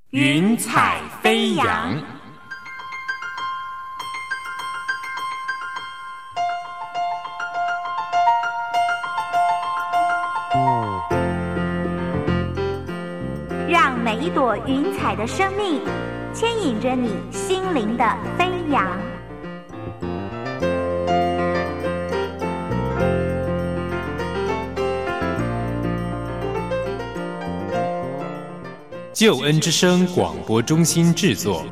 云彩飞扬。 让每一朵云彩的生命牵引着你心灵的飞扬。 救恩之声广播中心制作。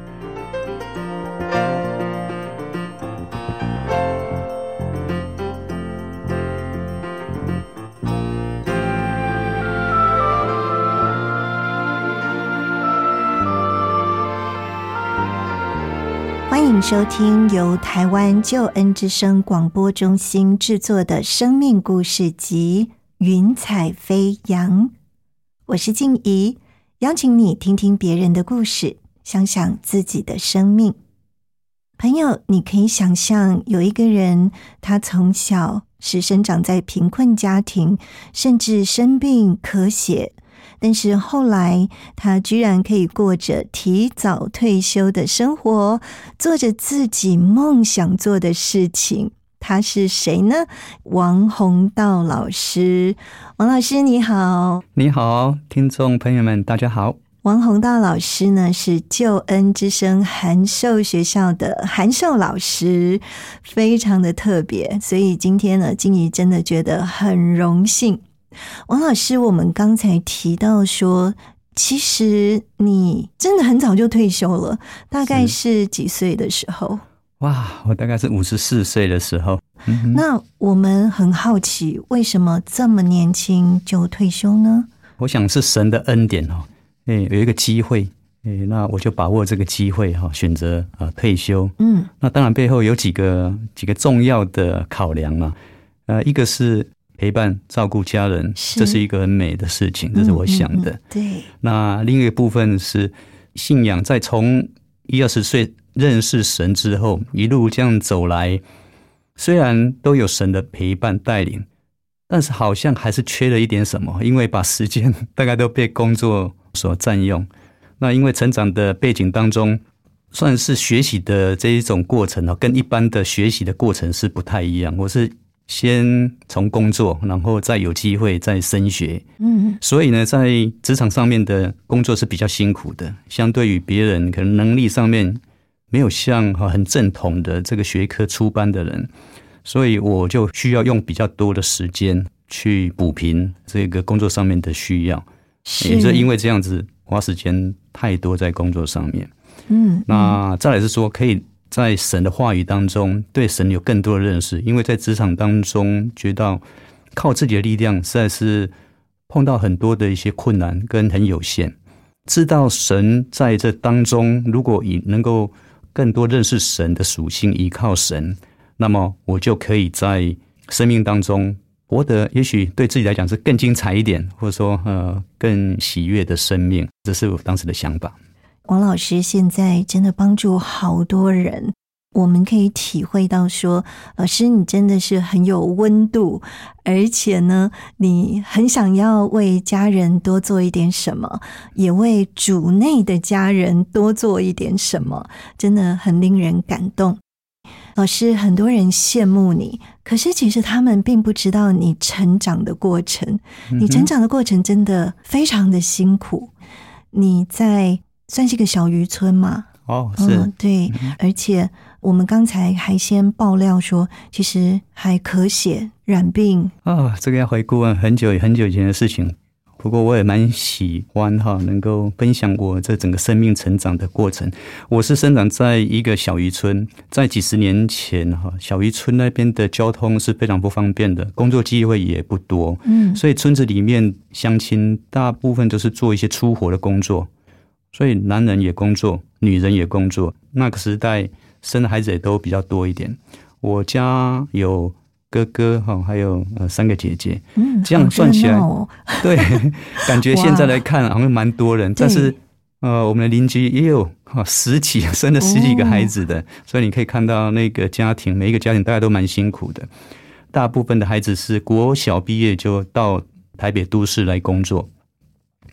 欢迎收听由台湾救恩之声广播中心制作的生命故事集《云彩飞扬》，我是静怡，邀请你听听别人的故事，想想自己的生命。朋友，你可以想象有一个人，他从小是生长在贫困家庭，甚至生病咳血，但是后来他居然可以过着提早退休的生活，做着自己梦想做的事情。他是谁呢？王宏道老师。王老师你好。 你好，听众朋友们大家好。 王宏道老师呢是救恩之声函授学校的函授老师，非常的特别，所以今天呢静怡真的觉得很荣幸。王老师，我们刚才提到说其实你真的很早就退休了，大概是几岁的时候？ 哇，我大概是54岁的时候。 那我们很好奇，为什么这么年轻就退休呢？ 我想是神的恩典哦，有一个机会，那我就把握这个机会哈，选择退休。那当然背后有几个重要的考量嘛。一个是陪伴照顾家人，这是一个很美的事情，这是我想的。 对。 那另一个部分是信仰，在从20岁认识神之后，一路这样走来，虽然都有神的陪伴带领，但是好像还是缺了一点什么，因为把时间大概都被工作所占用。那因为成长的背景当中，算是学习的这一种过程跟一般的学习的过程是不太一样。我是先从工作，然后再有机会再升学。所以呢，在职场上面的工作是比较辛苦的，相对于别人可能能力上面没有像很正统的这个学科出班的人，所以我就需要用比较多的时间去补平这个工作上面的需要。也是因为这样子花时间太多在工作上面。那再来是说，可以在神的话语当中对神有更多的认识，因为在职场当中觉得靠自己的力量实在是碰到很多的一些困难跟很有限。知道神在这当中，如果能够更多认识神的属性，依靠神，那么我就可以在生命当中活得也许对自己来讲是更精彩一点，或者说更喜悦的生命，这是我当时的想法。 王老师现在真的帮助好多人，我们可以体会到说，老师你真的是很有温度，而且呢你很想要为家人多做一点什么，也为主内的家人多做一点什么，真的很令人感动。老师，很多人羡慕你，可是其实他们并不知道你成长的过程。你成长的过程真的非常的辛苦。你在算是一个小渔村嘛？是。对。而且我们刚才还先爆料说，其实还咳血染病。 这个要回顾很久很久以前的事情。不过我也蛮喜欢能够分享我这整个生命成长的过程。我是生长在一个小渔村，在几十年前小渔村那边的交通是非常不方便的，工作机会也不多。所以村子里面乡亲大部分都是做一些粗活的工作，所以男人也工作，女人也工作。那个时代生的孩子也都比较多一点。我家有哥哥还有3个姐姐，这样算起来，对，感觉现在来看好像蛮多人，但是我们的邻居也有生了十几个孩子的，所以你可以看到那个家庭，每一个家庭大概都蛮辛苦的。大部分的孩子是国小毕业就到台北都市来工作，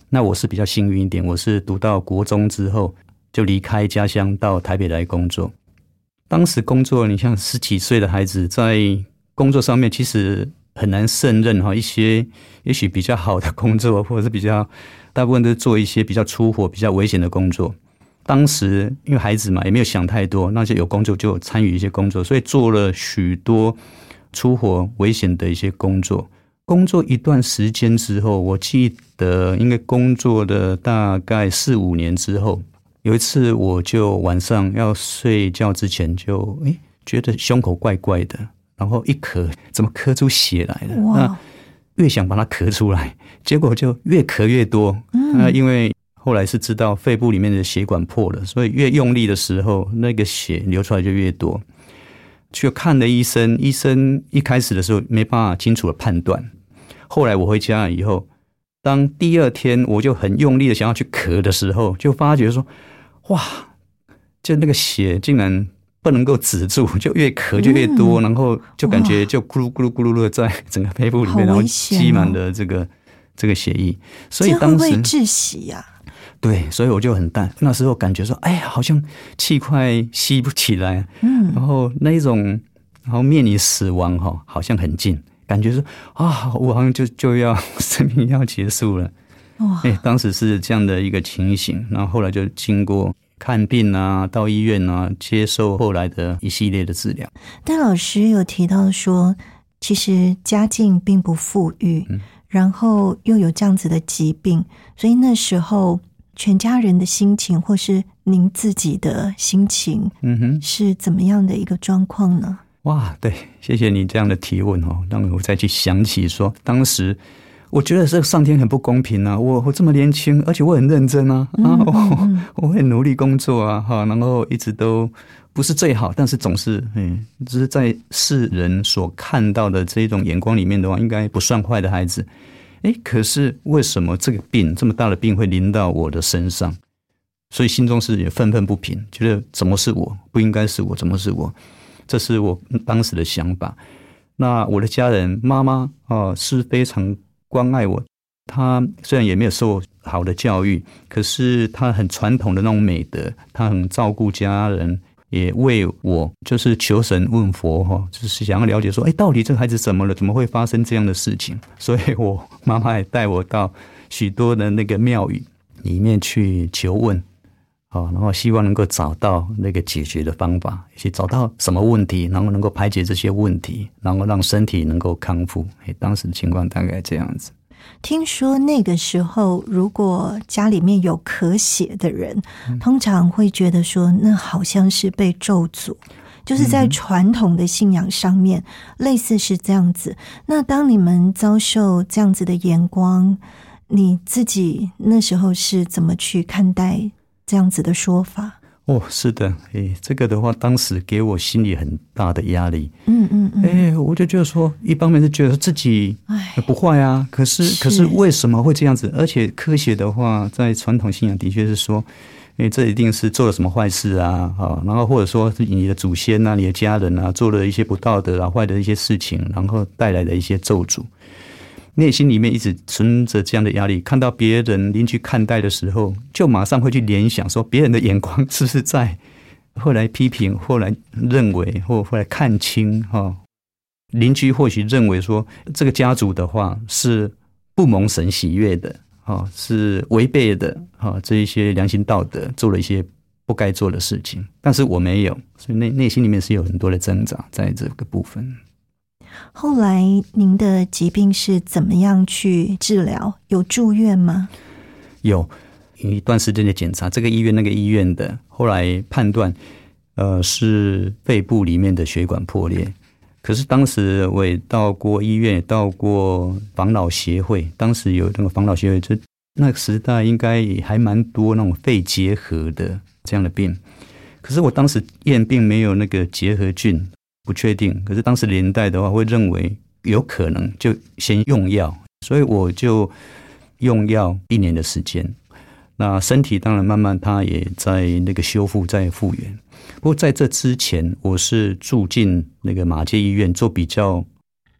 那我是比较幸运一点，我是读到国中之后就离开家乡到台北来工作。当时工作，你像10几岁的孩子在工作上面其实很难胜任一些也许比较好的工作，或者是比较大部分都是做一些比较粗活比较危险的工作。当时因为孩子嘛也没有想太多，那就有工作就参与一些工作，所以做了许多粗活危险的一些工作。工作一段时间之后，我记得应该工作的大概4、5年之后，有一次我就晚上要睡觉之前就觉得胸口怪怪的，然后一咳怎么咳出血来了，那越想把它咳出来，结果就越咳越多。那因为后来是知道肺部里面的血管破了，所以越用力的时候那个血流出来就越多。去看了医生，医生一开始的时候没办法清楚的判断，后来我回家以后，当第2天我就很用力的想要去咳的时候，就发觉说哇，就那个血竟然不能够止住，就越咳就越多，然后就感觉就咕噜咕噜咕噜的在整个肺部里面，然后积满了这个血液，所以当时这会不会窒息啊？ 对，所以我就很淡，那时候感觉说，哎呀，好像气快吸不起来，然后那一种，然后面临死亡好像很近，感觉说啊，我好像就要生命要结束了。当时是这样的一个情形，然后后来就经过看病啊，到医院啊，接受后来的一系列的治疗。 但老师有提到说，其实家境并不富裕，然后又有这样子的疾病，所以那时候全家人的心情或是您自己的心情是怎么样的一个状况呢？ 哇，对，谢谢你这样的提问让我再去想起说，当时我觉得这上天很不公平啊！我这么年轻，而且我很认真啊，我很努力工作啊，然后一直都不是最好，但是总是只是在世人所看到的这种眼光里面的话，应该不算坏的孩子。可是为什么这个病这么大的病会临到我的身上？所以心中是也愤愤不平，觉得怎么是我，不应该是我，怎么是我？这是我当时的想法。那我的家人妈妈是非常关爱我，她虽然也没有受好的教育，可是她很传统的那种美德，她很照顾家人，也为我就是求神问佛就是想要了解说，到底这个孩子怎么了，怎么会发生这样的事情？所以我妈妈也带我到许多的那个庙宇里面去求问，然后希望能够找到那个解决的方法，以及找到什么问题，然后能够排解这些问题，然后让身体能够康复。当时的情况大概这样子。 听说那个时候如果家里面有咳血的人，通常会觉得说那好像是被咒诅，就是在传统的信仰上面类似是这样子。那当你们遭受这样子的眼光，你自己那时候是怎么去看待这样子的说法？ 是的，这个的话当时给我心里很大的压力。我就觉得说，一方面是觉得自己不坏啊，可是为什么会这样子？而且科学的话，在传统信仰的确是说，这一定是做了什么坏事啊，然后或者说你的祖先啊，你的家人啊，做了一些不道德啊、坏的一些事情，然后带来的一些咒诅。内心里面一直存着这样的压力，看到别人邻居看待的时候，就马上会去联想说，别人的眼光是不是在后来批评，后来认为，或后来看清邻居或许认为说，这个家族的话是不蒙神喜悦的，是违背的这一些良心道德，做了一些不该做的事情，但是我没有，所以内心里面是有很多的挣扎在这个部分。 后来您的疾病是怎么样去治疗？有住院吗？ 有一段时间的检查，这个医院那个医院的，后来判断是肺部里面的血管破裂。可是当时我也到过医院，也到过防老协会，当时有那个防老协会，就那个时代应该也还蛮多那种肺结核的这样的病。可是我当时验并没有那个结核菌，不确定，可是当时年代的话会认为有可能，就先用药，所以我就用药1年的时间。那身体当然慢慢它也在那个修复，在复原。不过在这之前，我是住进那个马偕医院做比较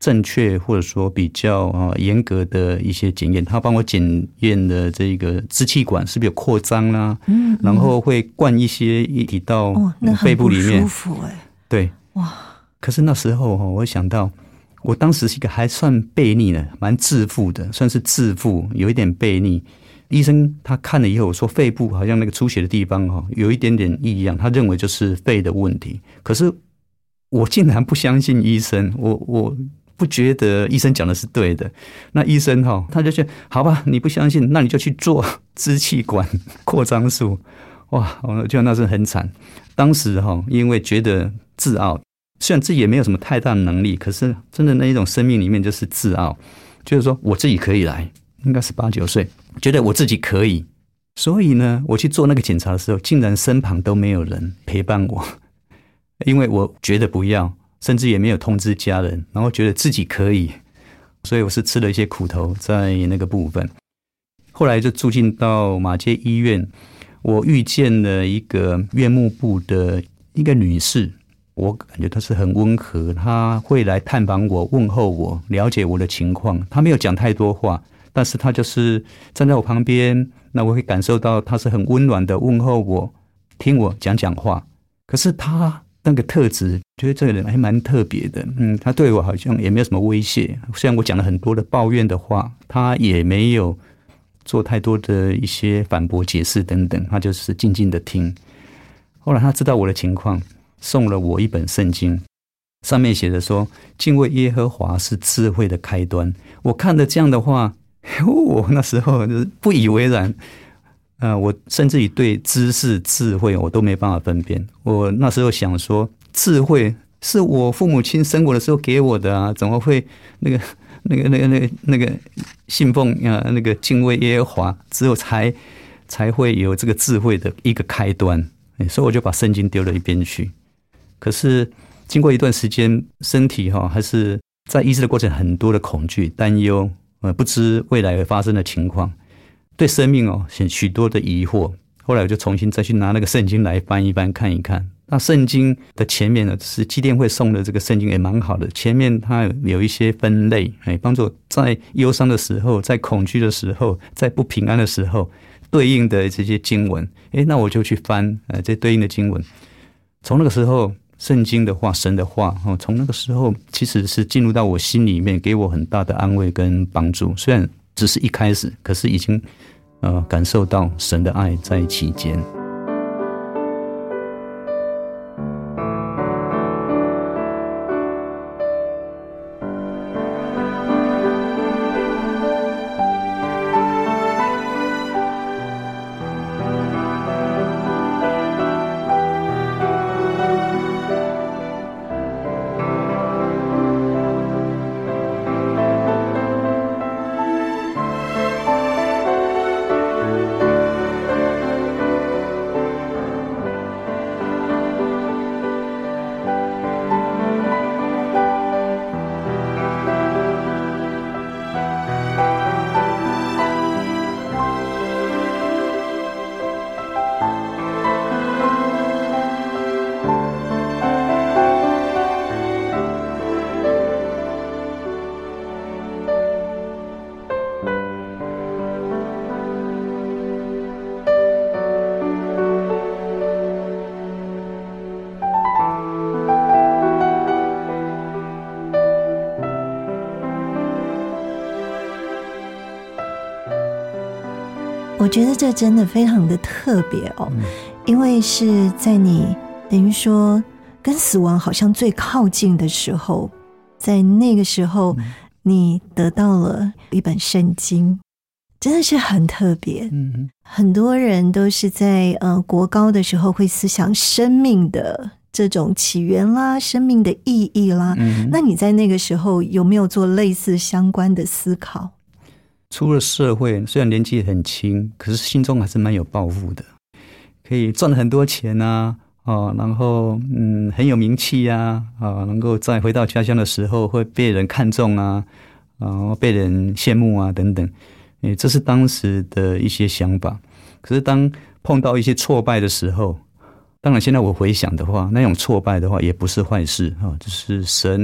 正确或者说比较严格的一些检验。他帮我检验的这个支气管是不是有扩张啦，然后会灌一些液体到肺部里面， 舒服对，哇！可是那时候我想到，我当时是一个还算悖逆的，蛮自负的，算是自负，有一点悖逆。医生他看了以后说，肺部好像那个出血的地方有一点点异样，他认为就是肺的问题。可是我竟然不相信医生，我不觉得医生讲的是对的。那医生他就说好吧，你不相信，那你就去做支气管扩张术。哇，我觉得那是很惨。当时因为觉得自傲，虽然自己也没有什么太大的能力，可是真的那一种生命里面就是自傲，就是说我自己可以来，应该是8、9岁，觉得我自己可以。所以呢，我去做那个检查的时候，竟然身旁都没有人陪伴我，因为我觉得不要，甚至也没有通知家人，然后觉得自己可以，所以我是吃了一些苦头在那个部分。后来就住进到马偕医院，我遇见了一个院牧部的一个女士，我感觉她是很温和，她会来探访我，问候我，了解我的情况。她没有讲太多话，但是她就是站在我旁边，那我会感受到她是很温暖的问候我，听我讲话。可是她那个特质，觉得这个人还蛮特别的。他对我好像也没有什么威胁，虽然我讲了很多的抱怨的话，他也没有做太多的一些反驳解释等等，他就是静静的听。后来他知道我的情况，送了我一本圣经，上面写着说，敬畏耶和华是智慧的开端。我看了这样的话，我那时候就是不以为然。我甚至于对知识、智慧我都没办法分辨。我那时候想说，智慧是我父母亲生我的时候给我的啊，怎么会那个信奉那个敬畏耶和华之后才会有这个智慧的一个开端。所以我就把圣经丢了一边去。可是经过一段时间，身体还是在医治的过程很多的恐惧、担忧，不知未来会发生的情况。对生命许多的疑惑，后来我就重新再去拿那个圣经来翻一翻看一看。那圣经的前面呢，是基甸会送的这个圣经也蛮好的，前面它有一些分类，帮助在忧伤的时候，在恐惧的时候，在不平安的时候对应的这些经文。那我就去翻这对应的经文。从那个时候，圣经的话，神的话，从那个时候其实是进入到我心里面，给我很大的安慰跟帮助。虽然只是一开始，可是已经感受到神的爱在其间。 我觉得这真的非常的特别因为是在你等于说跟死亡好像最靠近的时候，在那个时候你得到了一本圣经，真的是很特别。很多人都是在国高的时候会思想生命的这种起源啦，生命的意义啦。那你在那个时候有没有做类似相关的思考？ 出了社会，虽然年纪很轻，可是心中还是蛮有抱负的，可以赚很多钱啊，然后很有名气啊，能够在回到家乡的时候会被人看重啊，被人羡慕啊等等，这是当时的一些想法。可是当碰到一些挫败的时候，当然现在我回想的话，那种挫败的话也不是坏事，就是神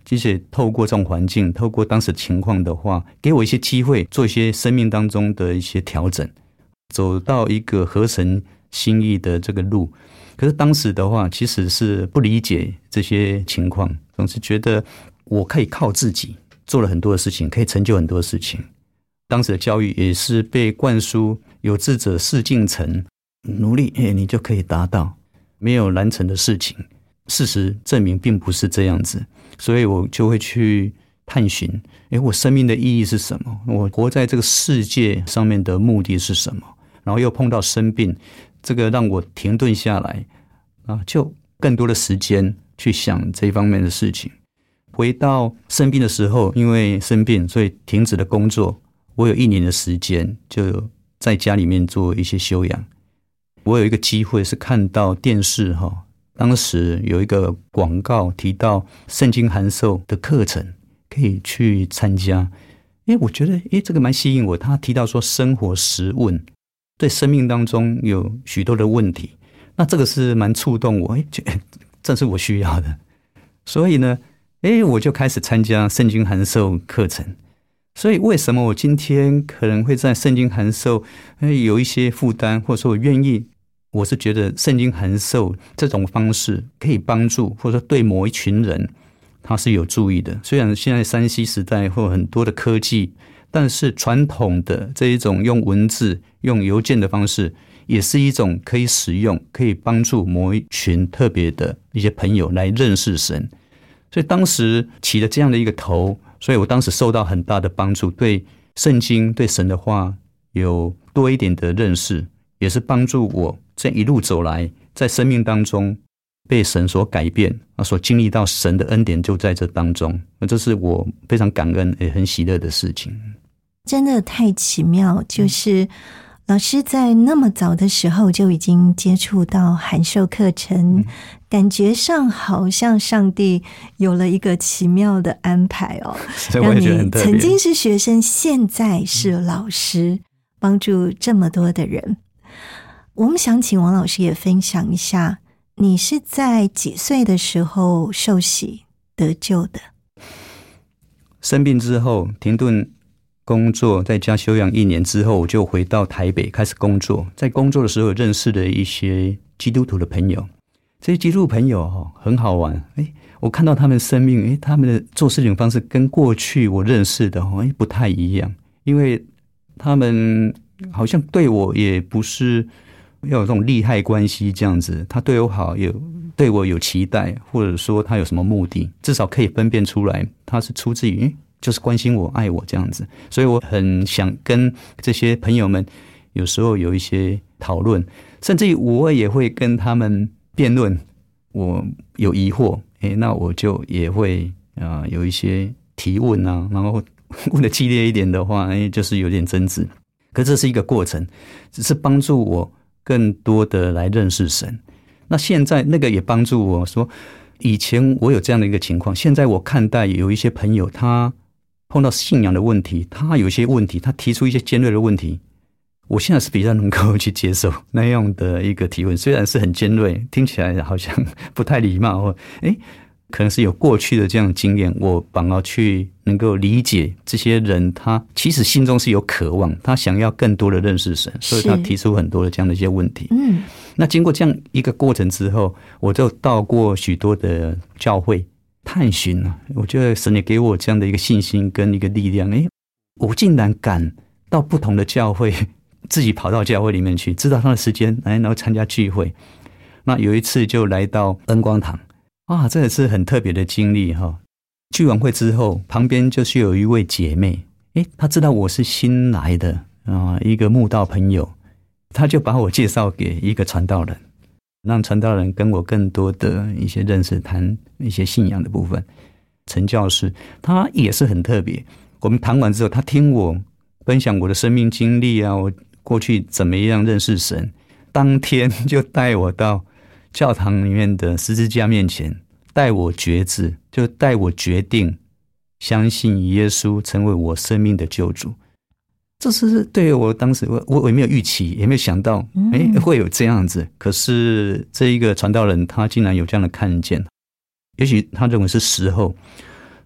其实透过这种环境，透过当时情况的话，给我一些机会，做一些生命当中的一些调整，走到一个合神心意的这个路。可是当时的话，其实是不理解这些情况，总是觉得我可以靠自己做了很多的事情，可以成就很多的事情。当时的教育也是被灌输有志者事竟成，努力你就可以达到，没有难成的事情。事实证明并不是这样子，所以我就会去探寻我生命的意义是什么，我活在这个世界上面的目的是什么。然后又碰到生病，这个让我停顿下来就更多的时间去想这方面的事情。回到生病的时候，因为生病所以停止了工作，我有1年的时间就在家里面做一些修养。我有一个机会是看到电视当时有一个广告提到圣经函授的课程可以去参加。我觉得这个蛮吸引我，他提到说生活实问，对生命当中有许多的问题，那这个是蛮触动我，这是我需要的。所以呢我就开始参加圣经函授课程。所以为什么我今天可能会在圣经函授有一些负担，或者说我愿意，我是觉得圣经函授这种方式可以帮助，或者说对某一群人他是有注意的。虽然现在 3C 时代或很多的科技，但是传统的这一种用文字用邮件的方式也是一种可以使用，可以帮助某一群特别的一些朋友来认识神。所以当时起了这样的一个头，所以我当时受到很大的帮助，对圣经对神的话有多一点的认识，也是帮助我这一路走来在生命当中被神所改变所经历到神的恩典就在这当中，这是我非常感恩也很喜乐的事情。 真的太奇妙，就是老师在那么早的时候就已经接触到函授课程，感觉上好像上帝有了一个奇妙的安排让你曾经是学生，现在是老师，帮助这么多的人。我们想请王老师也分享一下，你是在几岁的时候受洗得救的？ 生病之后停顿工作，在家休养1年之后，我就回到台北开始工作。在工作的时候认识了一些基督徒的朋友，这些基督徒朋友很好玩。我看到他们生命他们的做事情方式跟过去我认识的不太一样，因为他们好像对我也不是要有这种利害关系这样子，他对我好，对我有期待，或者说他有什么目的，至少可以分辨出来他是出自于就是关心我爱我这样子。所以我很想跟这些朋友们有时候有一些讨论，甚至于我也会跟他们辩论，我有疑惑那我就也会有一些提问然后问的激烈一点的话就是有点争执。可这是一个过程，只是帮助我更多的来认识神。那现在那个也帮助我说，以前我有这样的一个情况，现在我看待有一些朋友他碰到信仰的问题，他有一些问题，他提出一些尖锐的问题，我现在是比较能够去接受那样的一个提问，虽然是很尖锐，听起来好像不太礼貌可能是有过去的这样的经验，我反而去能够理解这些人他其实心中是有渴望，他想要更多的认识神，所以他提出很多的这样的一些问题。那经过这样一个过程之后，我就到过许多的教会探寻我觉得神也给我这样的一个信心跟一个力量我竟然敢到不同的教会，自己跑到教会里面去，知道他的时间然后参加聚会。那有一次就来到恩光堂，这也是很特别的经历聚完会之后，旁边就是有一位姐妹她知道我是新来的一个慕道朋友，她就把我介绍给一个传道人，让传道人跟我更多的一些认识，谈一些信仰的部分。陈教士他也是很特别，我们谈完之后，他听我分享我的生命经历我过去怎么样认识神，当天就带我到教堂里面的十字架面前，带我决志，就带我决定相信耶稣成为我生命的救主。这是对我当时我也没有预期，也没有想到会有这样子。可是这一个传道人他竟然有这样的看见，也许他认为是时候，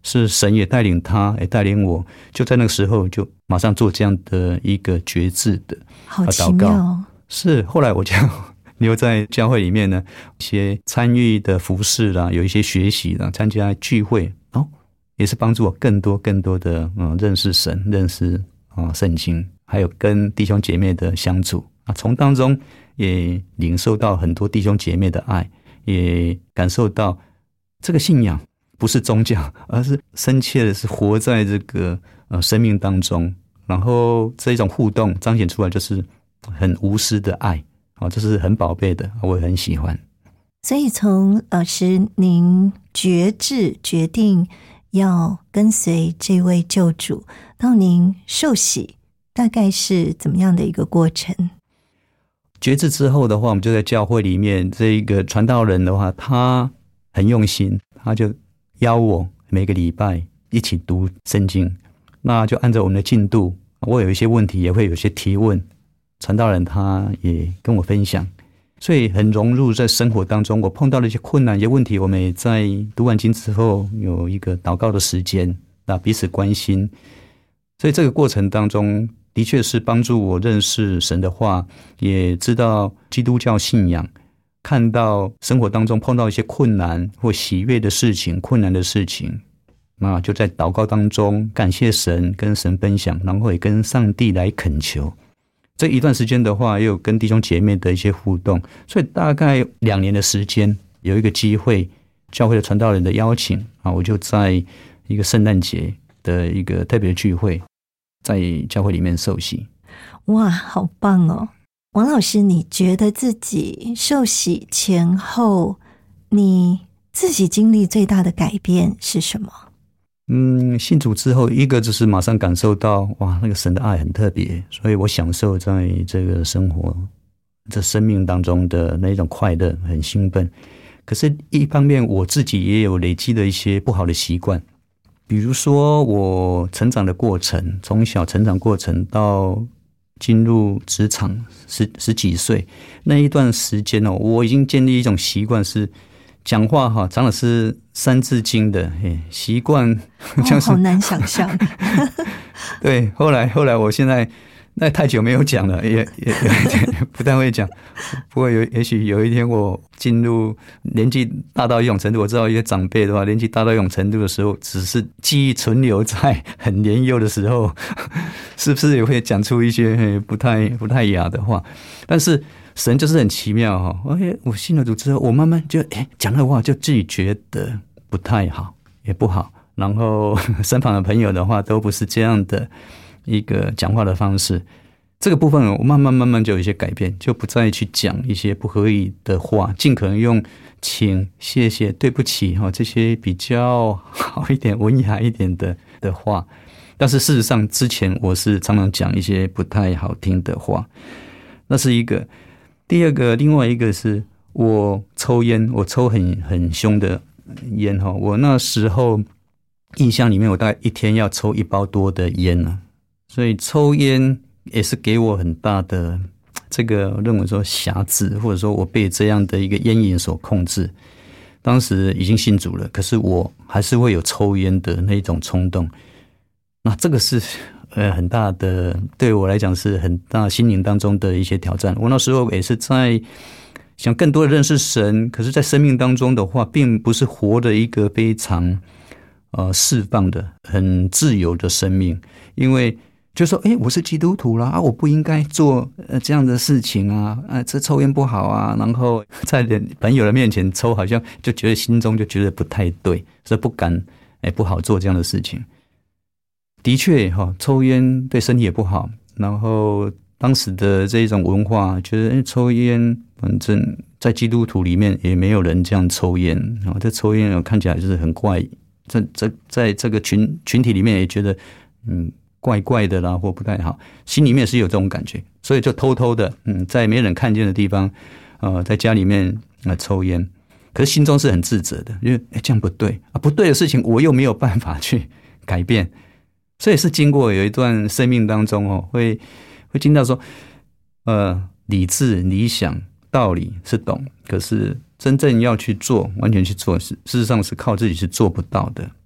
是神也带领他，也带领我，就在那个时候就马上做这样的一个决志的好奇妙哦。 是后来我就留在教会里面呢，一些参与的服事啦，有一些学习啦，参加聚会，也是帮助我更多的认识神，认识圣经，还有跟弟兄姐妹的相处从当中也领受到很多弟兄姐妹的爱，也感受到这个信仰不是宗教，而是深切的是活在这个生命当中，然后这种互动彰显出来就是很无私的爱，这是很宝贝的，我也很喜欢。 所以从老师您决定要跟随这位救主到您受洗，大概是怎么样的一个过程？ 决志之后的话，我们就在教会里面，这一个传道人的话，他很用心，他就邀我每个礼拜一起读圣经，那就按照我们的进度，我有一些问题也会有一些提问，传道人他也跟我分享，所以很融入在生活当中。我碰到了一些困难一些问题，我们也在读完经之后有一个祷告的时间，那彼此关心，所以这个过程当中的确是帮助我认识神的话，也知道基督教信仰，看到生活当中碰到一些困难或喜悦的事情，困难的事情，那就在祷告当中感谢神，跟神分享，然后也跟上帝来恳求。这一段时间的话，也有跟弟兄姐妹的一些互动，所以大概2年的时间，有一个机会，教会的传道人的邀请我就在一个圣诞节的一个特别的聚会，在教会里面受洗。 哇，好棒哦！王老师，你觉得自己受洗前后，你自己经历最大的改变是什么？ 信主之后，一个就是马上感受到哇，那个神的爱很特别，所以我享受在这个生活这生命当中的那种快乐，很兴奋。可是一方面我自己也有累积的一些不好的习惯，比如说我成长的过程，从小成长过程到进入职场十几岁那一段时间我已经建立一种习惯，是讲话常常是三字经的习惯， 好难想象。 对，后来我现在那太久没有讲了，也不太会讲。不过也许有一天我进入年纪大到一种程度，我知道一些长辈的话，年纪大到一种程度的时候，只是记忆存留在很年幼的时候，是不是也会讲出一些不太雅的话？但是神就是很奇妙我信了主之后，我慢慢就讲的话就自己觉得不太好，也不好，然后身旁的朋友的话都不是这样的一个讲话的方式。这个部分我慢慢就有一些改变，就不再去讲一些不合意的话，尽可能用请、谢谢、对不起这些比较好一点、文雅一点的话。但是事实上之前我是常常讲一些不太好听的话，那是一个。第二个，另外一个是我抽烟，我抽很凶的烟我那时候印象里面，我大概一天要抽1包多的烟所以抽烟也是给我很大的这个认为说辖制，或者说我被这样的一个烟瘾所控制。当时已经信主了，可是我还是会有抽烟的那种冲动。那这个是很大的，对我来讲是很大心灵当中的一些挑战。我那时候也是在想更多的认识神，可是在生命当中的话，并不是活的一个非常释放的很自由的生命。因为就说我是基督徒啦我不应该做这样的事情这抽烟不好然后在朋友的面前抽，好像就觉得心中就觉得不太对，所以不敢不好做这样的事情。的确抽烟对身体也不好，然后当时的这种文化觉得抽烟反正在基督徒里面也没有人这样抽烟这抽烟看起来就是很怪，在这个群体里面也觉得怪怪的啦或不太好，心里面是有这种感觉，所以就偷偷的在没人看见的地方在家里面抽烟，可是心中是很自责的，因为这样不对不对的事情我又没有办法去改变。所以是经过有一段生命当中会听到说理智、理想、道理是懂，可是真正要去做，完全去做，事实上是靠自己是做不到的。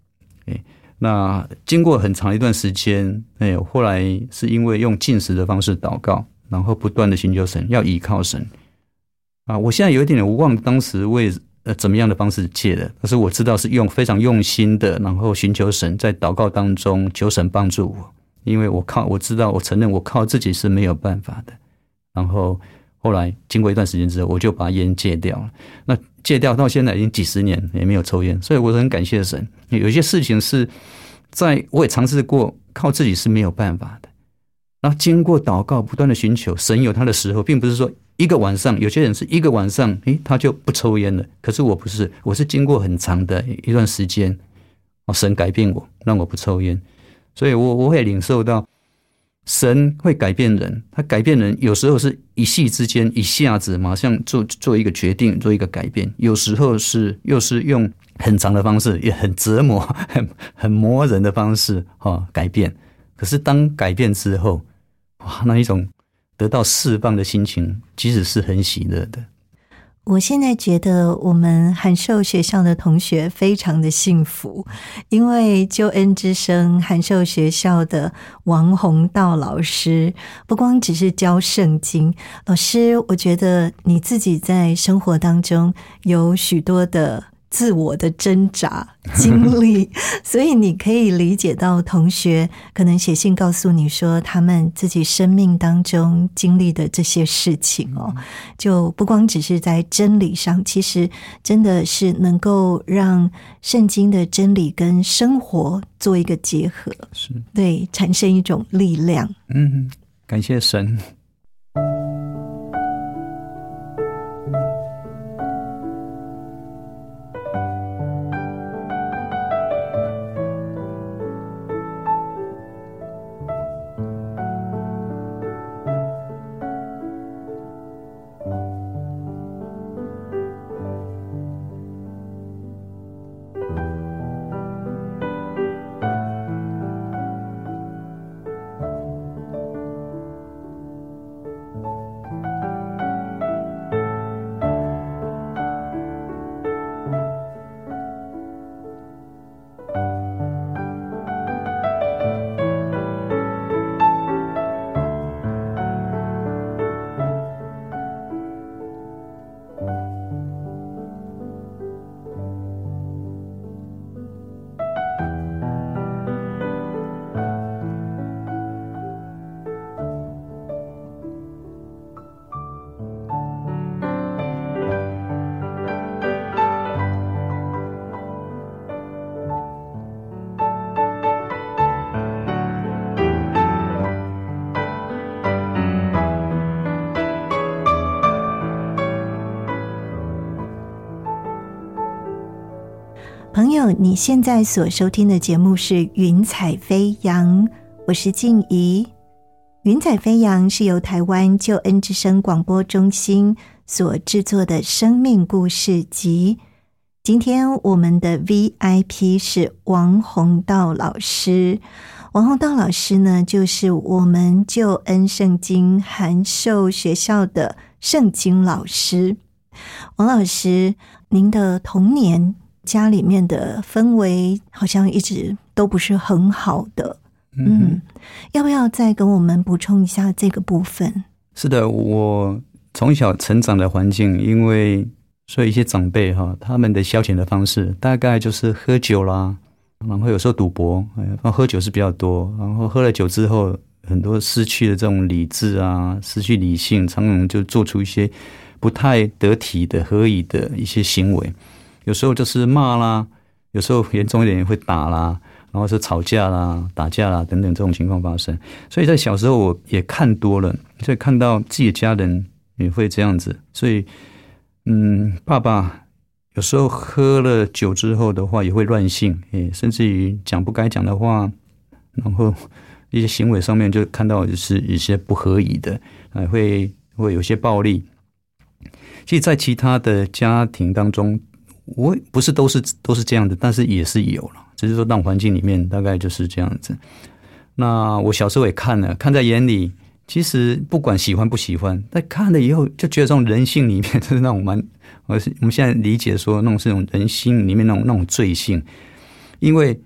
那经过很长一段时间，后来是因为用禁食的方式祷告，然后不断的寻求神，要依靠神啊。我现在有一点点忘了当时为怎么样的方式戒的，但是我知道是非常用心的，然后寻求神，在祷告当中求神帮助我，因为我承认我靠自己是没有办法的。然后后来经过一段时间之后，我就把烟戒掉了。那戒掉到现在已经几十年也没有抽烟，所以我很感谢神。有一些事情是我也尝试过，靠自己是没有办法的。然后经过祷告，不断的寻求神，有他的时候，并不是说一个晚上，有些人是一个晚上，他就不抽烟了。可是我不是，我是经过很长的一段时间，神改变我，让我不抽烟。所以我会领受到神会改变人，他改变人有时候是一夕之间，一下子马上做一个决定，做一个改变，有时候又是用很长的方式，也很折磨很磨人的方式改变。可是当改变之后，那一种得到释放的心情其实是很喜乐的。 我现在觉得我们函授学校的同学非常的幸福，因为救恩之声函授学校的王宏道老师不光只是教圣经，老师我觉得你自己在生活当中有许多的自我的挣扎经历所以你可以理解到同学可能写信告诉你说他们自己生命当中经历的这些事情就不光只是在真理上，其实真的是能够让圣经的真理跟生活做一个结合， 是对，产生一种力量。 感谢神。 朋友，你现在所收听的节目是云彩飞扬，我是静怡。云彩飞扬是由台湾救恩之声广播中心所制作的生命故事集。今天我们的 VIP 是王宏道老师。王宏道老师呢，就是我们救恩圣经函授学校的圣经老师。王老师，您的童年家里面的氛围好像一直都不是很好的，要不要再跟我们补充一下这个部分？是的，我从小成长的环境，所以一些长辈他们的消遣的方式大概就是喝酒啦，然后有时候赌博，喝酒是比较多，然后喝了酒之后很多失去了这种理智啊，失去理性，常常就做出一些不太得体的合宜的一些行为，有时候就是骂啦，有时候严重一点也会打啦，然后是吵架啦、打架啦等等这种情况发生。所以在小时候我也看多了，所以看到自己的家人也会这样子，所以爸爸有时候喝了酒之后的话也会乱性，甚至于讲不该讲的话，然后一些行为上面就看到就是一些不合宜的，会有些暴力。其实在其他的家庭当中，我不是都是这样的，但是也是有了，只是说让环境里面大概就是这样子。那我小时候也看在眼里，其实不管喜欢不喜欢，但看了以后就觉得这种人性里面就是那种我们现在理解说那种是那种人性里面那种罪性，因为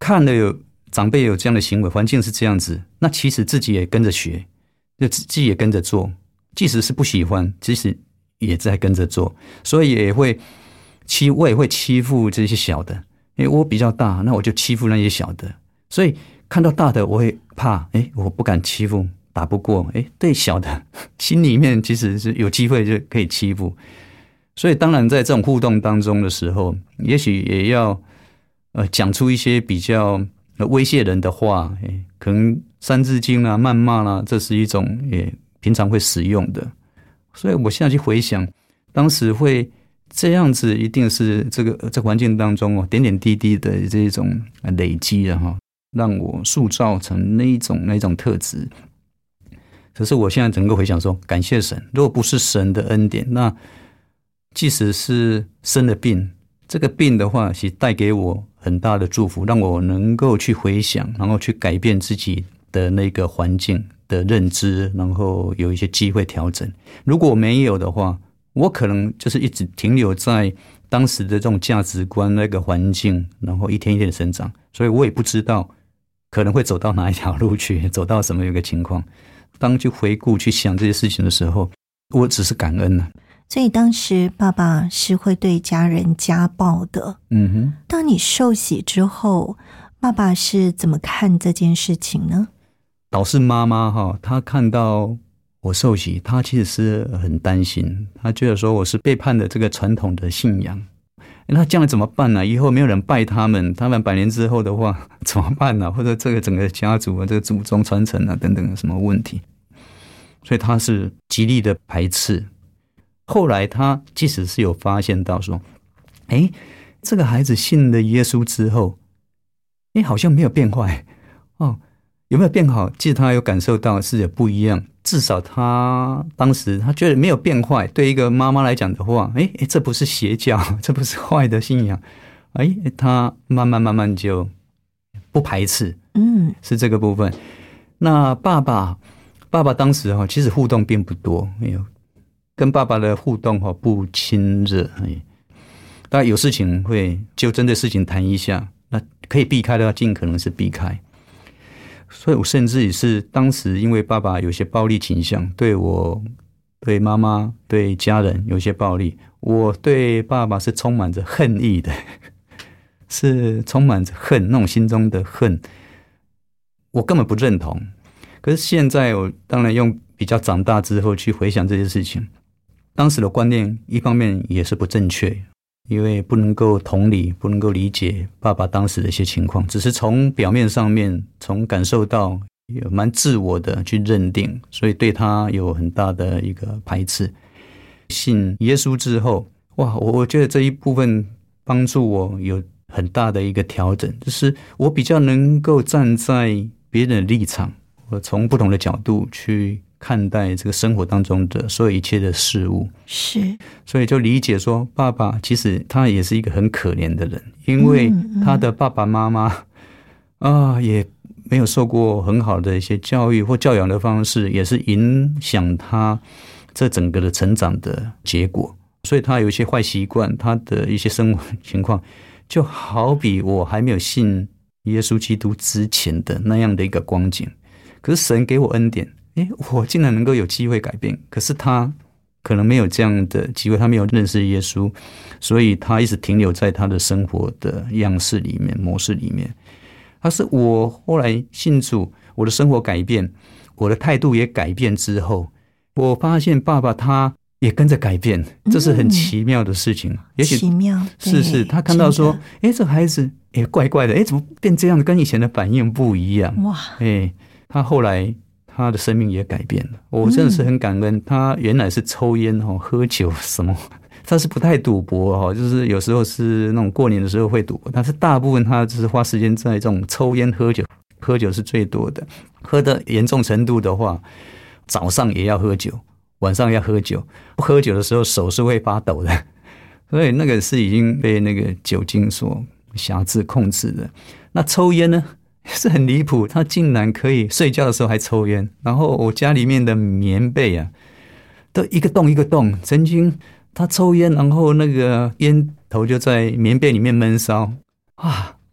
看了有长辈有这样的行为，环境是这样子，那其实自己也跟着学，就自己也跟着做，即使是不喜欢，即使也在跟着做，所以我也会欺负这些小的，因为我比较大，那我就欺负那些小的，所以看到大的我会怕，我不敢欺负，打不过，对小的心里面其实是有机会就可以欺负，所以当然在这种互动当中的时候，也许也要讲出一些比较威胁人的话，可能三字经啦、谩骂啦，这是一种也平常会使用的。所以我现在去回想，当时会这样子，一定是这环境当中点点滴滴的这种累积啊，让我塑造成那一种特质。可是我现在能够回想说，感谢神，如果不是神的恩典，那即使是生了病，这个病的话其实带给我很大的祝福，让我能够去回想，然后去改变自己的那个环境的认知，然后有一些机会调整。如果没有的话，我可能就是一直停留在当时的这种价值观那个环境，然后一天一天的生长，所以我也不知道可能会走到哪一条路去，走到什么一个情况。当去回顾去想这些事情的时候，我只是感恩了。 所以当时爸爸是会对家人家暴的。当你受洗之后，爸爸是怎么看这件事情呢？ 导师妈妈她看到我受洗，她其实是很担心，她觉得说我是背叛了这个传统的信仰，那将来怎么办呢？以后没有人拜他们100年之后的话怎么办呢？或者这个整个家族这个祖宗传承等等什么问题，所以她是极力的排斥。后来他即使是有发现到说，这个孩子信了耶稣之后，好像没有变坏有没有变好？其实他有感受到是有不一样，至少他当时他觉得没有变坏。对一个妈妈来讲的话，这不是邪教，这不是坏的信仰，他慢慢就不排斥，是这个部分。那爸爸当时其实互动并不多，没有。跟爸爸的互动不亲热，大家有事情会就针对事情谈一下，那可以避开的话尽可能是避开。所以我甚至也是当时因为爸爸有些暴力倾向，对我、对妈妈、对家人有些暴力，我对爸爸是充满着恨意的，是充满着恨，那种心中的恨，我根本不认同。可是现在我当然用比较长大之后去回想这些事情，当时的观念一方面也是不正确，因为不能够同理，不能够理解爸爸当时的一些情况，只是从表面上面从感受到有蛮自我的去认定，所以对他有很大的一个排斥。信耶稣之后，我觉得这一部分帮助我有很大的一个调整，就是我比较能够站在别人的立场，我从不同的角度去看待这个生活当中的所有一切的事物， 是， 所以就理解说，爸爸其实他也是一个很可怜的人，因为他的爸爸妈妈也没有受过很好的一些教育或教养的方式，也是影响他这整个的成长的结果，所以他有一些坏习惯，他的一些生活情况，就好比我还没有信耶稣基督之前的那样的一个光景。可是神给我恩典，我竟然能够有机会改变，可是他可能没有这样的机会，他没有认识耶稣，所以他一直停留在他的生活的样式里面、模式里面。他是我后来信主，我的生活改变，我的态度也改变之后，我发现爸爸他也跟着改变，这是很奇妙的事情。也许奇妙， 是他看到说，这孩子也怪怪的，怎么变这样，跟以前的反应不一样。 哇， 他后来他的生命也改变了，我真的是很感恩。他原来是抽烟喝酒什么，他是不太赌博就是有时候是那种过年的时候会赌博，但是大部分他只是花时间在这种抽烟喝酒，喝酒是最多的。喝的严重程度的话，早上也要喝酒，晚上要喝酒，不喝酒的时候手是会发抖的，所以那个是已经被那个酒精所辖制控制的。那抽烟呢是很离谱，他竟然可以睡觉的时候还抽烟，然后我家里面的棉被都一个洞一个洞，曾经他抽烟，然后那个烟头就在棉被里面闷烧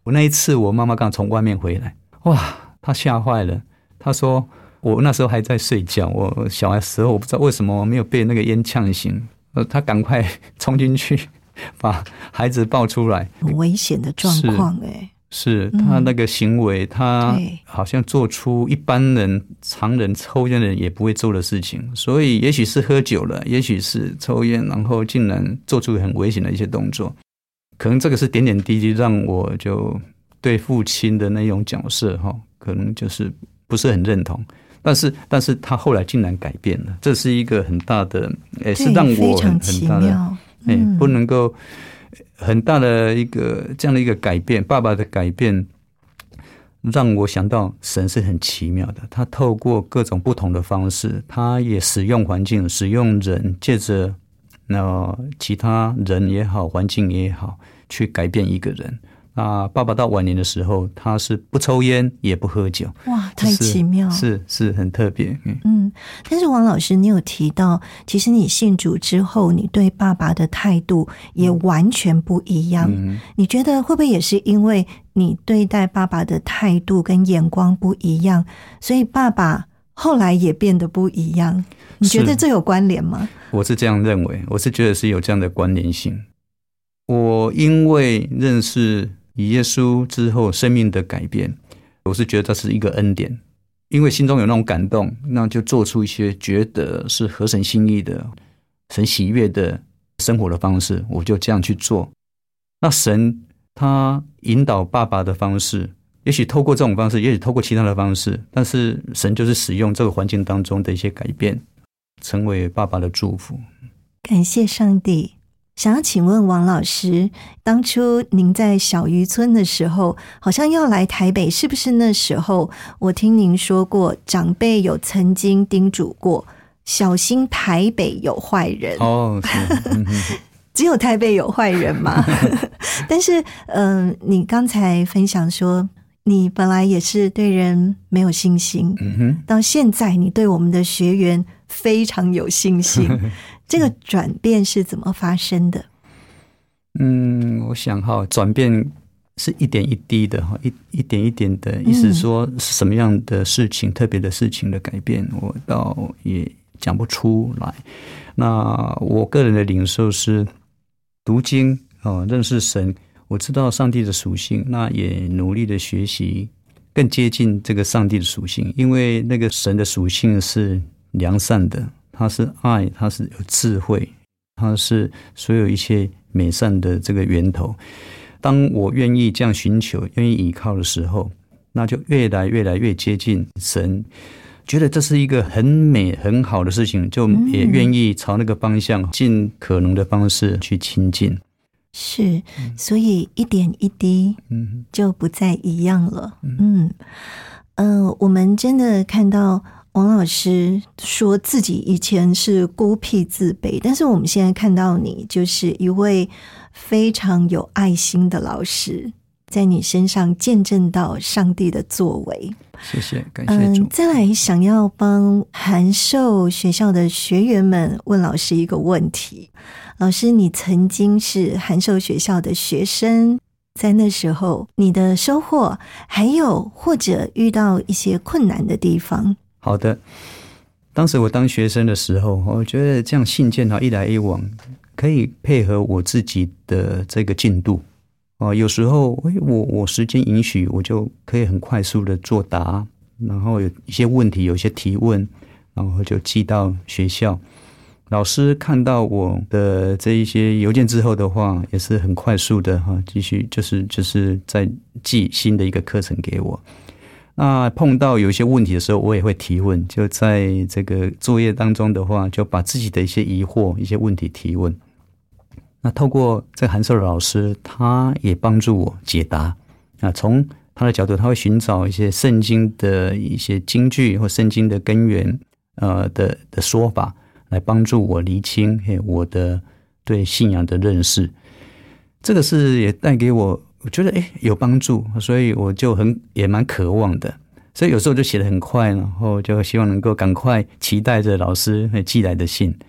我那一次我妈妈刚从外面回来，哇，她吓坏了。她说我那时候还在睡觉，我小孩时候我不知道为什么没有被那个烟呛醒，她赶快冲进去把孩子抱出来。 很危险的状况是他那个行为，他好像做出一般人常人抽烟的人也不会做的事情，所以也许是喝酒了，也许是抽烟，然后竟然做出很危险的一些动作。可能这个是点点滴滴让我就对父亲的那种角色可能就是不是很认同，但是他后来竟然改变了，这是一个很大的是让我很大的不能够很大的一个这样的一个改变，爸爸的改变让我想到神是很奇妙的，他透过各种不同的方式，他也使用环境，使用人，借着其他人也好，环境也好，去改变一个人。那爸爸到晚年的时候，他是不抽烟也不喝酒。 哇，太奇妙， 是很特别。 但是王老师，你有提到，其实你信主之后，你对爸爸的态度也完全不一样。你觉得会不会也是因为你对待爸爸的态度跟眼光不一样，所以爸爸后来也变得不一样？你觉得这有关联吗？ 我是这样认为，我是觉得是有这样的关联性。我因为认识耶稣之后生命的改变，我是觉得这是一个恩典，因为心中有那种感动，那就做出一些觉得是合神心意的、神喜悦的生活的方式，我就这样去做。那神他引导爸爸的方式，也许透过这种方式，也许透过其他的方式，但是神就是使用这个环境当中的一些改变，成为爸爸的祝福。 感谢上帝。想要请问王老师，当初您在小渔村的时候，好像要来台北，是不是那时候我听您说过，长辈有曾经叮嘱过，小心台北有坏人？是只有台北有坏人吗？但是你刚才分享说，你本来也是对人没有信心，到现在你对我们的学员非常有信心。这个转变是怎么发生的？ 我想转变是一点一滴的，一点一点的，意思说是什么样的事情，特别的事情的改变，我倒也讲不出来。那我个人的领受是读经认识神，我知道上帝的属性，那也努力的学习更接近这个上帝的属性，因为那个神的属性是良善的，他是爱，他是有智慧，他是所有一切美善的这个源头。当我愿意这样寻求，愿意依靠的时候，那就越来越接近神，觉得这是一个很美很好的事情，就也愿意朝那个方向尽可能的方式去亲近。 是，所以一点一滴就不再一样了。我们真的看到王老师说自己以前是孤僻自卑，但是我们现在看到你就是一位非常有爱心的老师，在你身上见证到上帝的作为。 谢谢，感谢主。 再来想要帮函授学校的学员们问老师一个问题。老师，你曾经是函授学校的学生，在那时候你的收获还有或者遇到一些困难的地方？ 好的，当时我当学生的时候，我觉得这样信件一来一往可以配合我自己的这个进度。有时候我时间允许，我就可以很快速的作答，然后有一些问题有一些提问，然后就寄到学校。老师看到我的这一些邮件之后的话，也是很快速的继续就是再寄新的一个课程给我。那碰到有一些问题的时候，我也会提问，就在这个作业当中的话，就把自己的一些疑惑一些问题提问。那透过这个函授的老师，他也帮助我解答。从他的角度，他会寻找一些圣经的一些金句或圣经的根源的说法，来帮助我厘清我的对信仰的认识。这个是也带给我觉得有帮助，所以我就也蛮渴望的。所以有时候就写得很快，然后就希望能够赶快期待着老师寄来的信。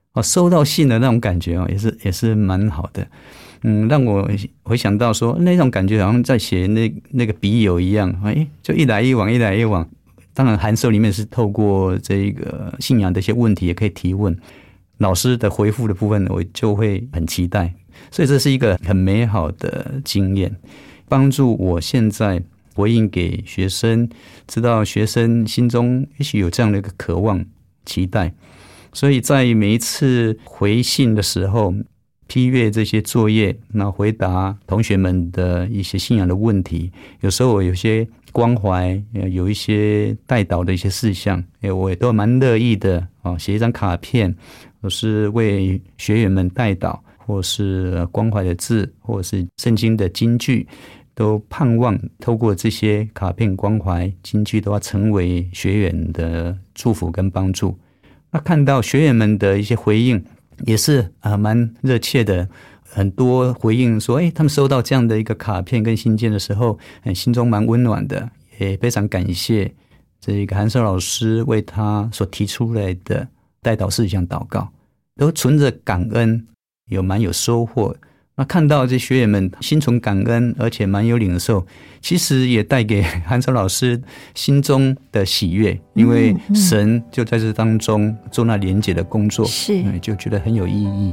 收到信的那种感觉也是蛮好的。让我回想到说那种感觉好像在写那个笔友一样，就一来一往一来一往。当然函授里面是透过这个信仰的一些问题也可以提问，老师的回复的部分我就会很期待，所以这是一个很美好的经验，帮助我现在回应给学生，知道学生心中也许有这样的一个渴望期待。所以在每一次回信的时候，批阅这些作业，那回答同学们的一些信仰的问题，有时候我有些关怀，有一些带导的一些事项，我也都蛮乐意的写一张卡片，或是为学员们带导，或是关怀的字，或是圣经的金句，都盼望透过这些卡片关怀金句都要成为学员的祝福跟帮助。那看到学员们的一些回应也是蛮热切的，很多回应说他们收到这样的一个卡片跟信件的时候心中蛮温暖的，也非常感谢这个函授老师为他所提出来的代祷事项祷告，都存着感恩，蛮有收获。那看到这学员们心存感恩，而且蛮有领受，其实也带给函授老师心中的喜悦，因为神就在这当中做那连结的工作，是就觉得很有意义。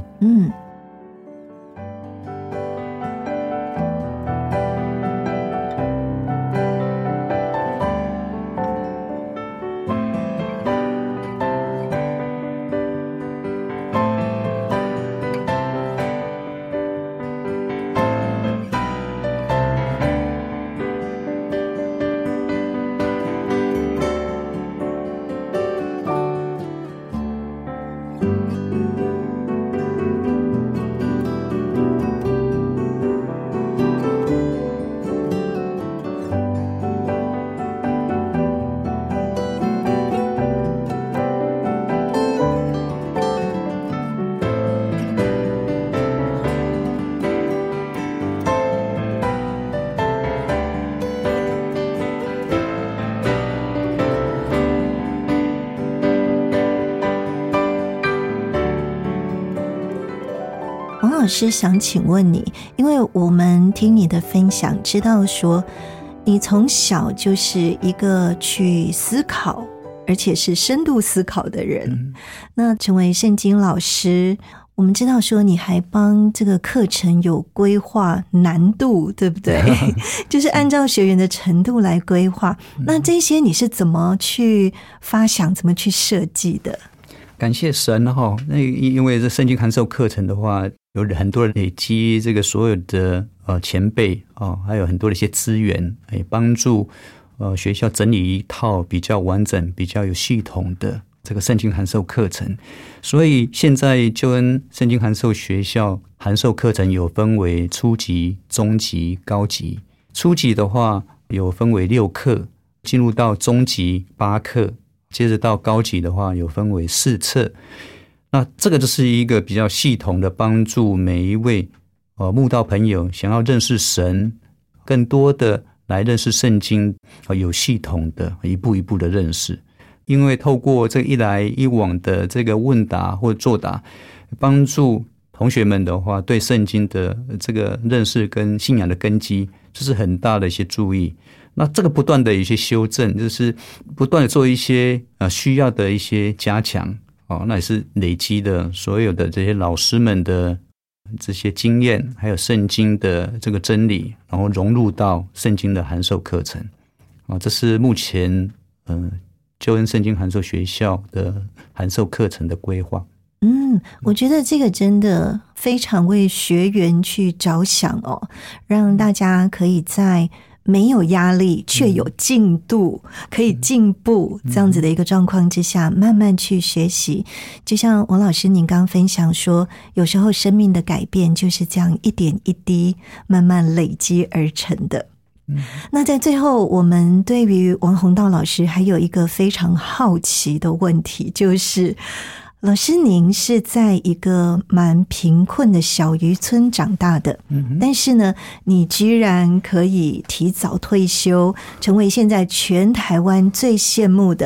老师想请问你，因为我们听你的分享知道说你从小就是一个去思考而且是深度思考的人，那成为圣经老师，我们知道说你还帮这个课程有规划难度，对不对？就是按照学员的程度来规划，那这些你是怎么去发想，怎么去设计的？ 感谢神因为这圣经函授课程的话，有很多人累积这个所有的前辈还有很多的一些资源，帮助学校整理一套比较完整、比较有系统的这个圣经函授课程。所以现在救恩圣经函授学校函授课程有分为初级、中级、高级。初级的话有分为6课，进入到中级8课，接着到高级的话有分为4册。那这个就是一个比较系统的帮助每一位慕道朋友想要认识神，更多的来认识圣经，有系统的一步一步的认识。因为透过这一来一往的这个问答或作答，帮助同学们的话对圣经的这个认识跟信仰的根基，这是很大的一些注意。那这个不断的一些修正，就是不断的做一些需要的一些加强，那也是累积的所有的这些老师们的这些经验，还有圣经的这个真理，然后融入到圣经的函授课程。这是目前救恩圣经函授学校的函授课程的规划。 我觉得这个真的非常为学员去着想让大家可以在没有压力却有进度，可以进步这样子的一个状况之下慢慢去学习。就像王老师您刚刚分享说，有时候生命的改变就是这样一点一滴慢慢累积而成的。那在最后，我们对于王弘道老师还有一个非常好奇的问题，就是老师您是在一个蛮贫困的小渔村长大的，但是呢你居然可以提早退休，成为现在全台湾最羡慕的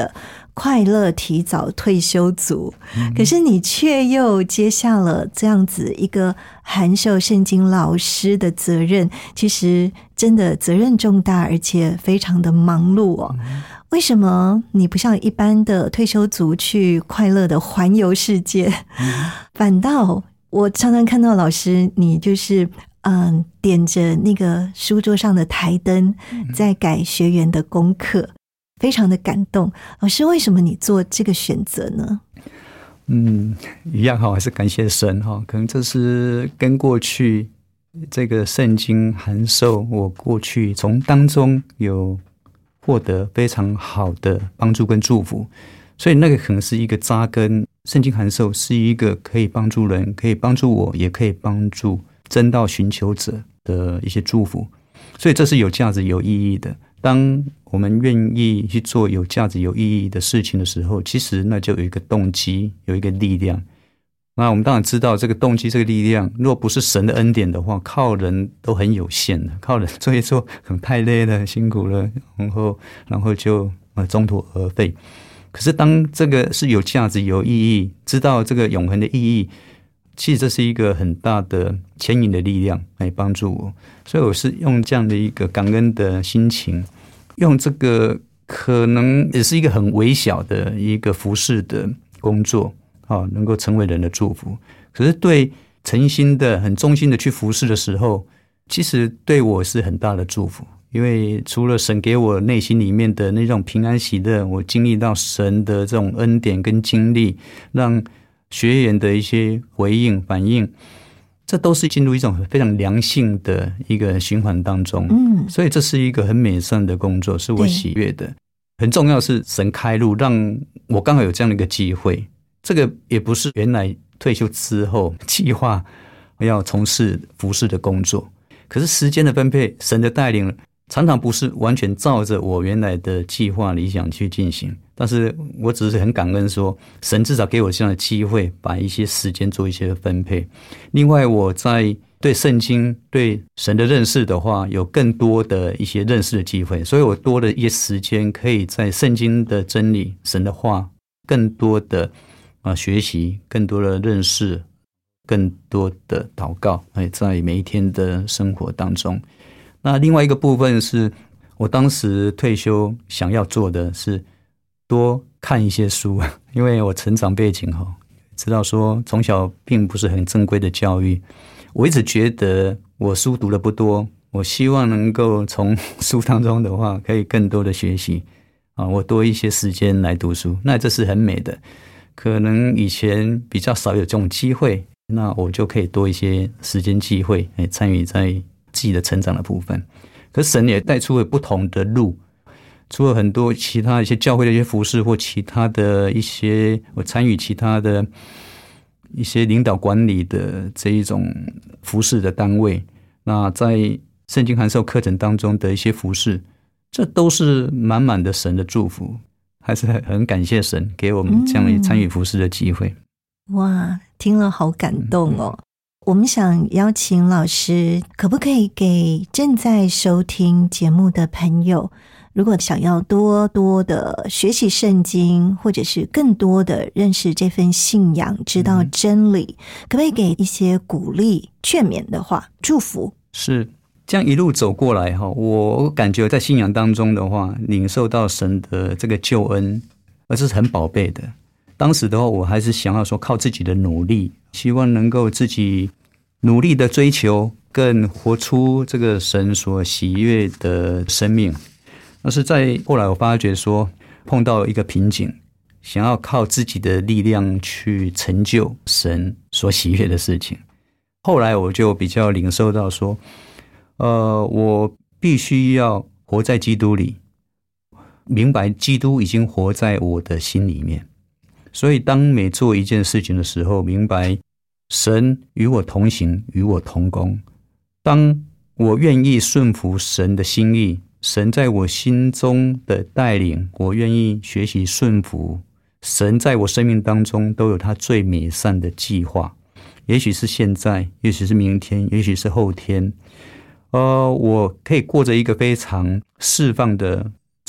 快乐提早退休族，可是你却又接下了这样子一个函授圣经老师的责任，其实真的责任重大，而且非常的忙碌哦。为什么你不像一般的退休族去快乐的环游世界，反倒我常常看到老师你就是点着那个书桌上的台灯在改学员的功课，非常的感动。老师，为什么你做这个选择呢？ 一样还是感谢神可能这是跟过去这个圣经函授，我过去从当中有获得非常好的帮助跟祝福，所以那个可能是一个扎根。圣经函授是一个可以帮助人，可以帮助我，也可以帮助真道寻求者的一些祝福，所以这是有价值有意义的。当我们愿意去做有价值有意义的事情的时候，其实那就有一个动机，有一个力量。那我们当然知道这个动机这个力量若不是神的恩典的话，靠人都很有限的，靠人做一做可能太累了辛苦了，然后就中途而废。可是当这个是有价值有意义，知道这个永恒的意义，其实这是一个很大的牵引的力量来帮助我。所以我是用这样的一个感恩的心情，用这个可能也是一个很微小的一个服事的工作能够成为人的祝福。可是对诚心的很忠心的去服事的时候，其实对我是很大的祝福。因为除了神给我内心里面的那种平安喜乐，我经历到神的这种恩典跟经历，让学员的一些回应反应，这都是进入一种非常良性的一个循环当中。所以这是一个很美善的工作，是我喜悦的。很重要是神开路，让我刚好有这样的一个机会。这个也不是原来退休之后计划要从事服事的工作，可是时间的分配，神的带领常常不是完全照着我原来的计划理想去进行，但是我只是很感恩说神至少给我这样的机会，把一些时间做一些分配。另外我在对圣经对神的认识的话，有更多的一些认识的机会，所以我多了一些时间可以在圣经的真理神的话更多的学习，更多的认识，更多的祷告，在每一天的生活当中。那另外一个部分是我当时退休想要做的是多看一些书，因为我成长背景知道说从小并不是很正规的教育，我一直觉得我书读的不多，我希望能够从书当中的话可以更多的学习我多一些时间来读书，那这是很美的。可能以前比较少有这种机会，那我就可以多一些时间机会参与在自己的成长的部分。可是神也带出了不同的路，除了很多其他一些教会的一些服事，或其他的一些我参与其他的一些领导管理的这一种服事的单位，那在圣经函授课程当中的一些服事，这都是满满的神的祝福，还是很感谢神给我们这样的参与服事的机会。 哇，听了好感动哦。我们想邀请老师，可不可以给正在收听节目的朋友，如果想要多多的学习圣经，或者是更多的认识这份信仰，知道真理，可不可以给一些鼓励劝勉的话，祝福？ 是这样一路走过来我感觉在信仰当中的话，领受到神的这个救恩，而这是很宝贝的。当时的话，我还是想要说靠自己的努力，希望能够自己努力的追求，更活出这个神所喜悦的生命。但是在后来我发觉说，碰到一个瓶颈，想要靠自己的力量去成就神所喜悦的事情。后来我就比较领受到说，我必须要活在基督里，明白基督已经活在我的心里面。所以当每做一件事情的时候，明白神与我同行，与我同工。当我愿意顺服神的心意，神在我心中的带领，我愿意学习顺服，神在我生命当中都有他最美善的计划。也许是现在，也许是明天，也许是后天，我可以过着一个非常释放的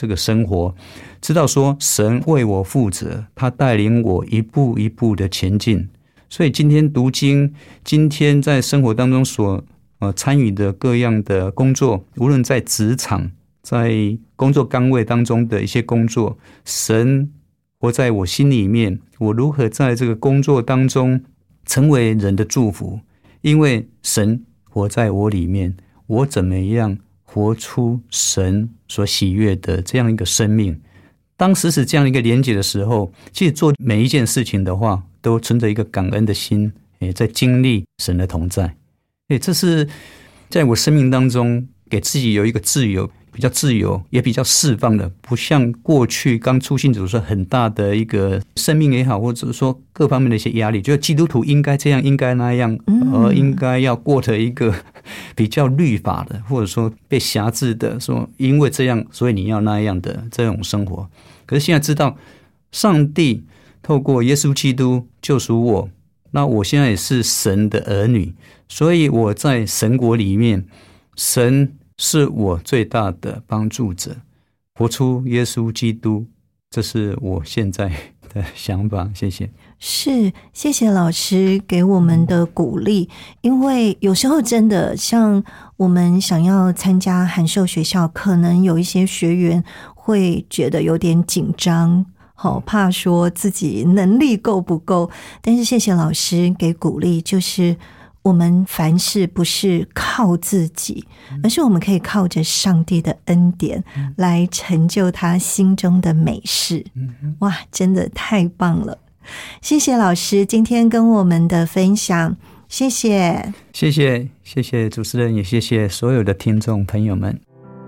这个生活，知道说神为我负责，他带领我一步一步的前进。所以今天读经，今天在生活当中所参与的各样的工作，无论在职场，在工作岗位当中的一些工作，神活在我心里面，我如何在这个工作当中成为人的祝福？因为神活在我里面，我怎么样活出神所喜悦的这样一个生命？当时是这样一个连结的时候，其实做每一件事情的话，都存着一个感恩的心，也在经历神的同在。这是在我生命当中给自己有一个自由，比较自由，也比较释放的，不像过去刚出信主说很大的一个生命也好，或者说各方面的一些压力，就基督徒应该这样，应该那样，应该要过的一个比较律法的，或者说被辖制的，说因为这样，所以你要那样的这种生活。可是现在知道，上帝透过耶稣基督救赎我，那我现在也是神的儿女，所以我在神国里面，神是我最大的帮助者，活出耶稣基督，这是我现在的想法。谢谢。 是，谢谢老师给我们的鼓励。因为有时候真的像我们想要参加函授学校，可能有一些学员会觉得有点紧张，怕说自己能力够不够。但是谢谢老师给鼓励，就是我们凡事不是靠自己，而是我们可以靠着上帝的恩典来成就他心中的美事。哇，真的太棒了。谢谢老师今天跟我们的分享，谢谢。 谢谢主持人，也谢谢所有的听众朋友们。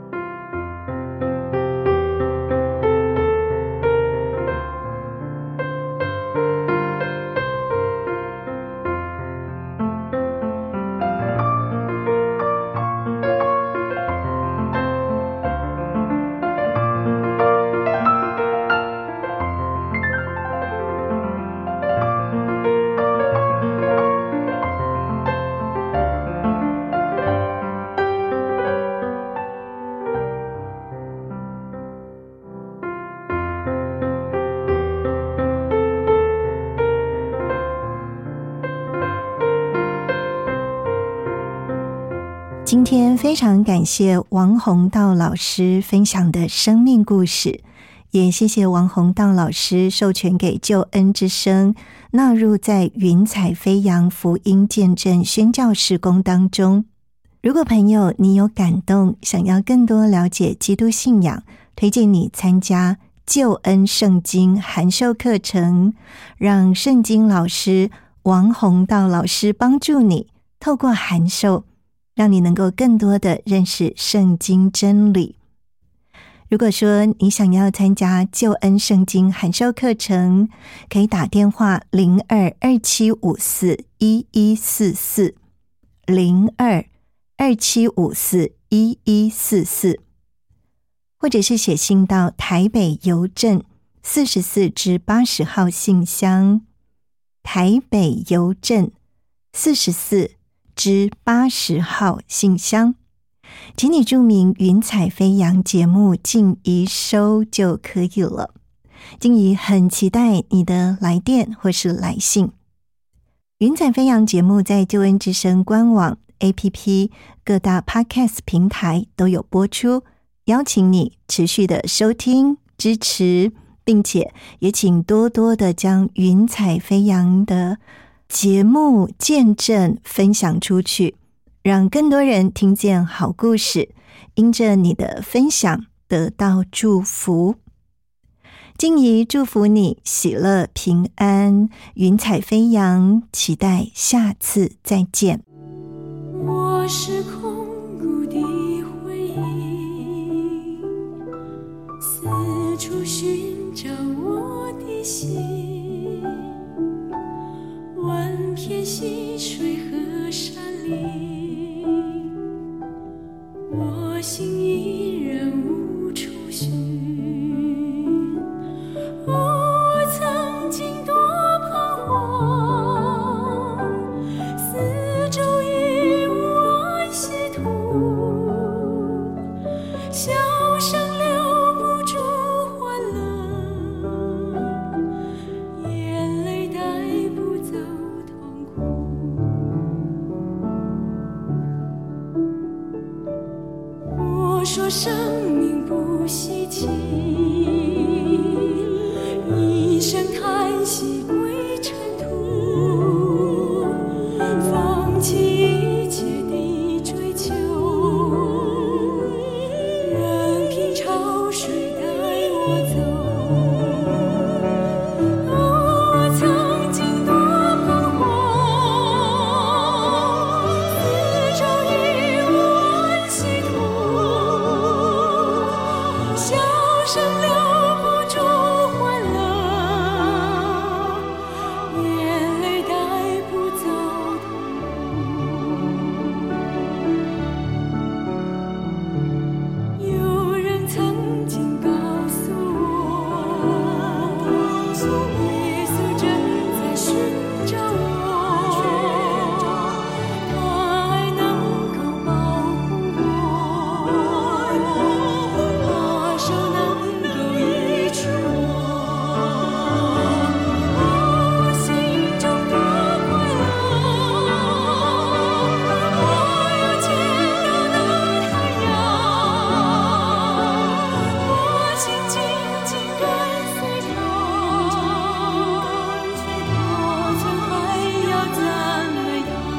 今天非常感谢王弘道老师分享的生命故事，也谢谢王弘道老师授权给救恩之声纳入在云彩飞扬福音见证宣教事工当中。如果朋友你有感动，想要更多了解基督信仰，推荐你参加救恩圣经函授课程，让圣经老师王弘道老师帮助你，透过函授让你能够更多的认识圣经真理。如果说你想要参加救恩圣经函授课程，可以打电话02-2754-1144 02-2754-1144，或者是写信到台北邮政44-80号信箱，台北邮政44-80号信箱，请你注明云彩飞扬节目静怡收就可以了。静怡很期待你的来电或是来信。云彩飞扬节目在救恩之声官网 APP 各大 Podcast 平台都有播出，邀请你持续的收听支持，并且也请多多的将云彩飞扬的节目见证分享出去，让更多人听见好故事，因着你的分享得到祝福。静怡祝福你喜乐平安，云彩飞扬，期待下次再见。 我是空谷的回忆，四处寻找我的心，万片溪水和山林，我心依然无处寻。我曾经多彷徨，四周已无安息土，笑声留不住说生命不稀奇，一声叹息归尘土，放弃一切的追求，任凭潮水带我走。我曾经多彷徨，四周已无安息土，笑声留不住欢乐，眼泪带不走痛。有人曾经告诉我，耶稣正在寻找我，他爱能够保护我，他手能够医治我，我心中多快乐，我又见到那太阳，我心紧紧跟随他，我曾还要赞美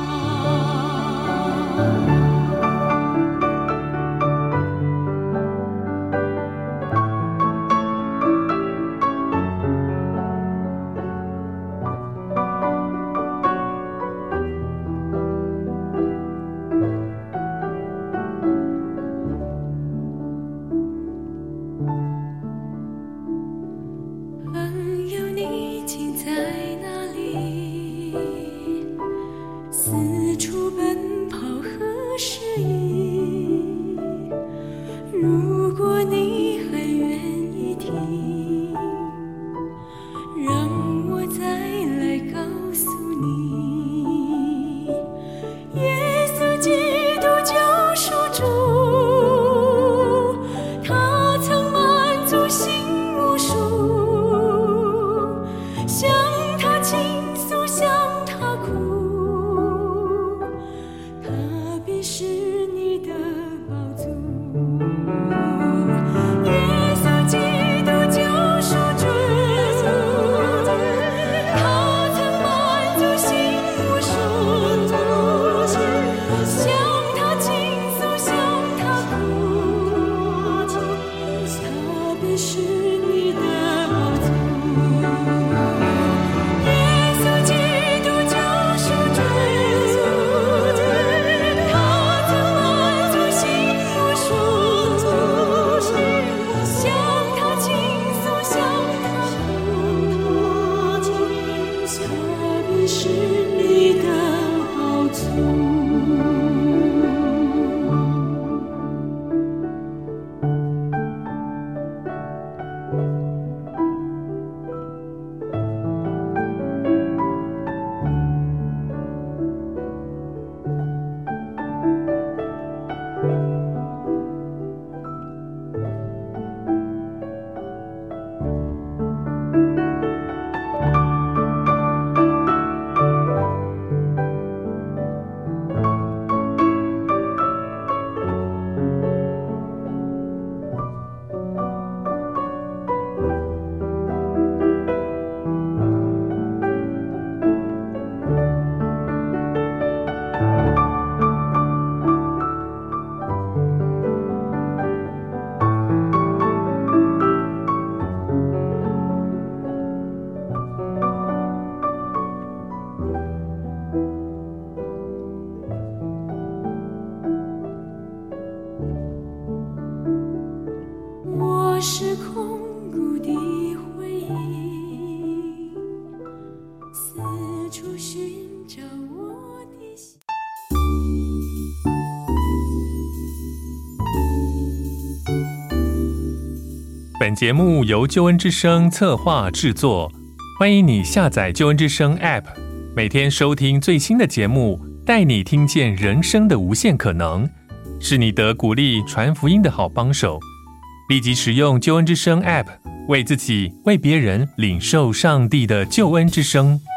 朋友，你竟在哪里？四处奔跑何时已？如果你还愿意听，让我再来告诉你，耶稣基督救赎主，他曾满足心无数，向他倾诉，向他哭，他必是你的宝足。耶稣基督救赎主，他曾满足心无数，向他倾诉，向他哭，他必是你的宝足。耶稣基督救赎主，他曾满足心无数，向他倾诉，向他哭，他必是你的宝足。我是空谷的回忆，四处寻找我的心。 本节目由救恩之声策划制作，欢迎你下载救恩之声 App， 每天收听最新的节目，带你听见人生的无限可能，是你得鼓励传福音的好帮手。立即使用救恩之声 App， 为自己、为别人领受上帝的救恩之声。